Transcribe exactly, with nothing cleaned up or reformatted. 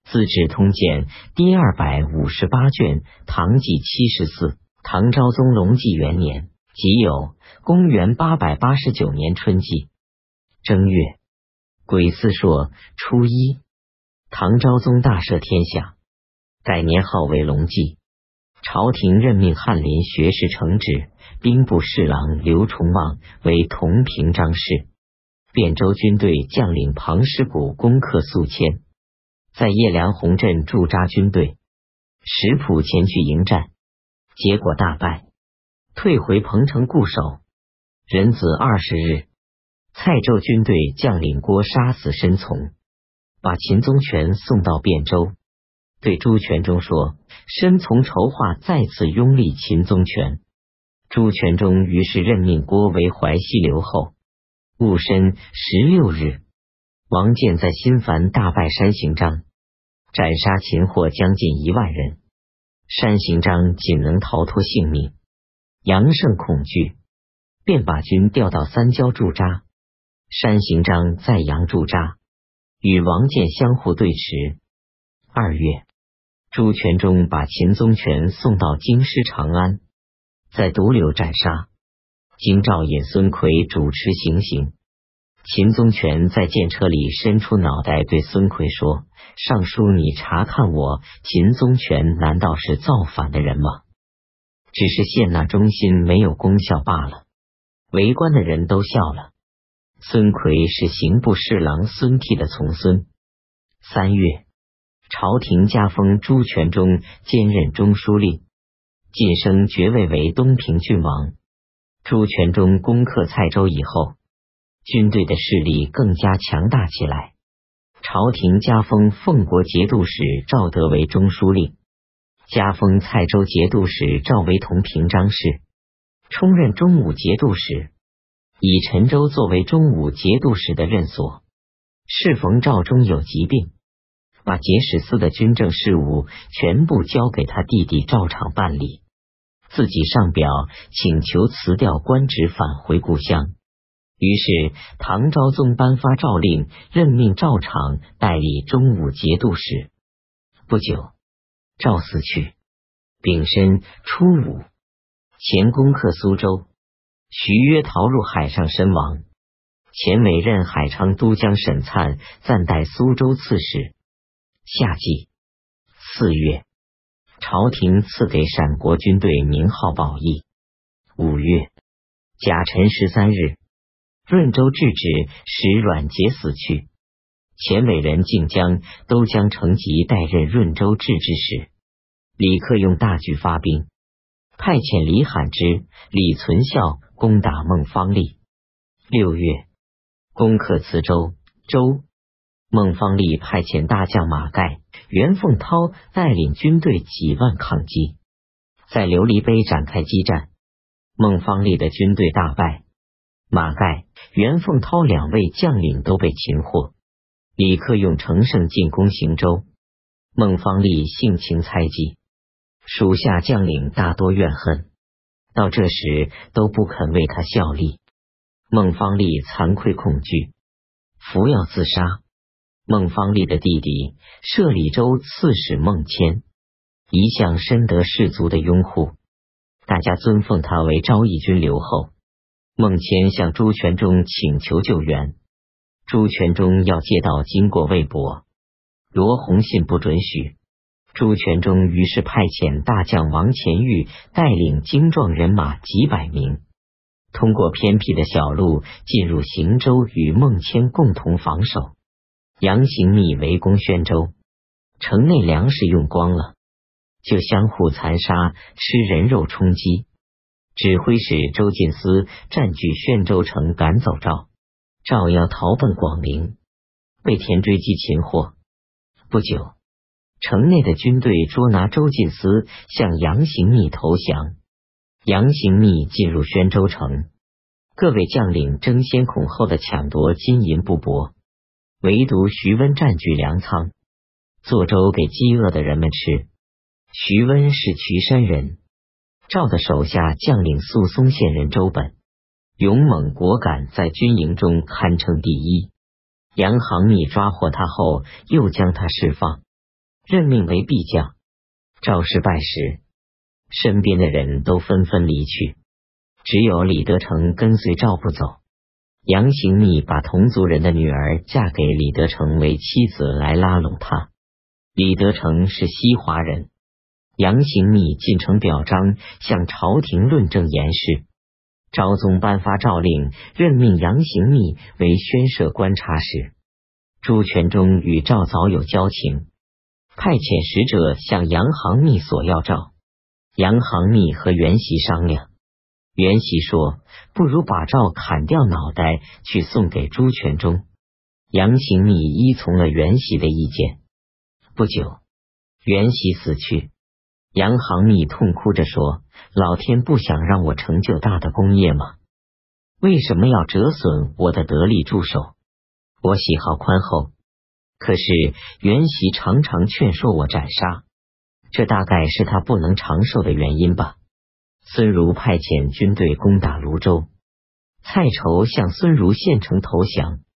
资治通鉴》第二百五十八卷，唐纪七十四。唐昭宗隆纪元年己酉，公元八百八十九年春季正月，癸巳朔初一，唐昭宗大赦天下，改年号为隆纪。朝廷任命翰林学士承旨、兵部侍郎刘崇望为同平章事。汴州军队将领庞师古攻克宿迁，在叶良洪镇驻扎军队，石普前去迎战，结果大败，退回彭城固守。壬子二十日，蔡州军队将领郭杀死申从，把秦宗权送到汴州，对朱全忠说：“申从筹划再次拥立秦宗权。”朱全忠于是任命郭为淮西留后。戊申十六日，王建在新繁大败山行章，斩杀秦获将近一万人，山行章仅能逃脱性命。杨胜恐惧，便把军调到三郊驻扎。山行章在阳驻扎，与王建相互对持。二月，朱全忠把秦宗权送到京师长安，在独柳斩杀。京兆尹孙奎主持行刑，秦宗权在箭车里伸出脑袋对孙奎说：“尚书，你查看我，秦宗权难道是造反的人吗？只是献纳忠心没有功效罢了。”围观的人都笑了。孙奎是刑部侍郎孙丕的从孙。三月，朝廷加封朱全忠兼任中书令，晋升爵位为东平郡王。朱全忠攻克蔡州以后，军队的势力更加强大起来。朝廷加封奉国节度使赵德为中书令，加封蔡州节度使赵为同平章事，充任中武节度使，以陈州作为中武节度使的任所。适逢赵忠有疾病，把节使司的军政事务全部交给他弟弟赵昶办理，自己上表请求辞掉官职，返回故乡。于是唐昭宗颁发诏令，任命赵昶代理中武节度使。不久，赵死去。丙申初五，前攻克苏州，徐约逃入海上身亡。前委任海昌都将沈粲暂代苏州刺史。夏季四月，朝廷赐给陕国军队名号宝义。五月甲辰十三日，润州制止使阮杰死去，前委人靖江都将成吉代任润州制置使。李克用大举发兵，派遣李罕之、李存孝攻打孟方利。六月，攻克磁州、州。孟方利派遣大将马盖、袁凤涛带领军队几万抗击，在琉璃碑展开激战。孟方利的军队大败，马盖、袁凤涛两位将领都被擒获。李克用乘胜进攻邢州，孟方利性情猜忌，属下将领大多怨恨，到这时都不肯为他效力。孟方利惭愧恐惧，服药自杀。孟方利的弟弟摄理州刺史孟谦一向深得士族的拥护，大家尊奉他为昭义军留后。孟谦向朱全忠请求救援，朱全忠要借道经过魏博，罗洪信不准许。朱全忠于是派遣大将王乾玉带领精壮人马几百名，通过偏僻的小路进入邢州，与孟谦共同防守。杨行密围攻宣州，城内粮食用光了，就相互残杀，吃人肉充饥。指挥使周进思占据宣州城，赶走赵，赵要逃奔广陵，被田追击擒获。不久，城内的军队捉拿周进思，向杨行密投降。杨行密进入宣州城，各位将领争先恐后的抢夺金银布帛，唯独徐温占据粮仓，做粥给饥饿的人们吃。徐温是渠山人，赵的手下将领宿松县人周本，勇猛果敢，在军营中堪称第一。杨行密抓获他后，又将他释放。 任命为裨将。赵氏败时，身边的人都纷纷离去，只有李德成跟随赵不走。杨行密把同族人的女儿嫁给李德成为妻子来拉拢他。李德成是西华人，杨行密进城表彰，向朝廷论证严事。昭宗颁发诏令，任命杨行密为宣摄观察使。朱全忠与赵早有交情，派遣使者向杨行密索要诏。杨行密和袁熙商量，袁熙说不如把诏砍掉脑袋去送给朱全忠。杨行密依从了袁熙的意见。不久，袁熙死去，杨行密痛哭着说，老天不想让我成就大的功业吗？为什么要折损我的得力助手？我喜好宽厚，可是袁熙常常劝说我斩杀，这大概是他不能长寿的原因吧。孙儒派遣军队攻打泸州，蔡畴向孙儒献城投降。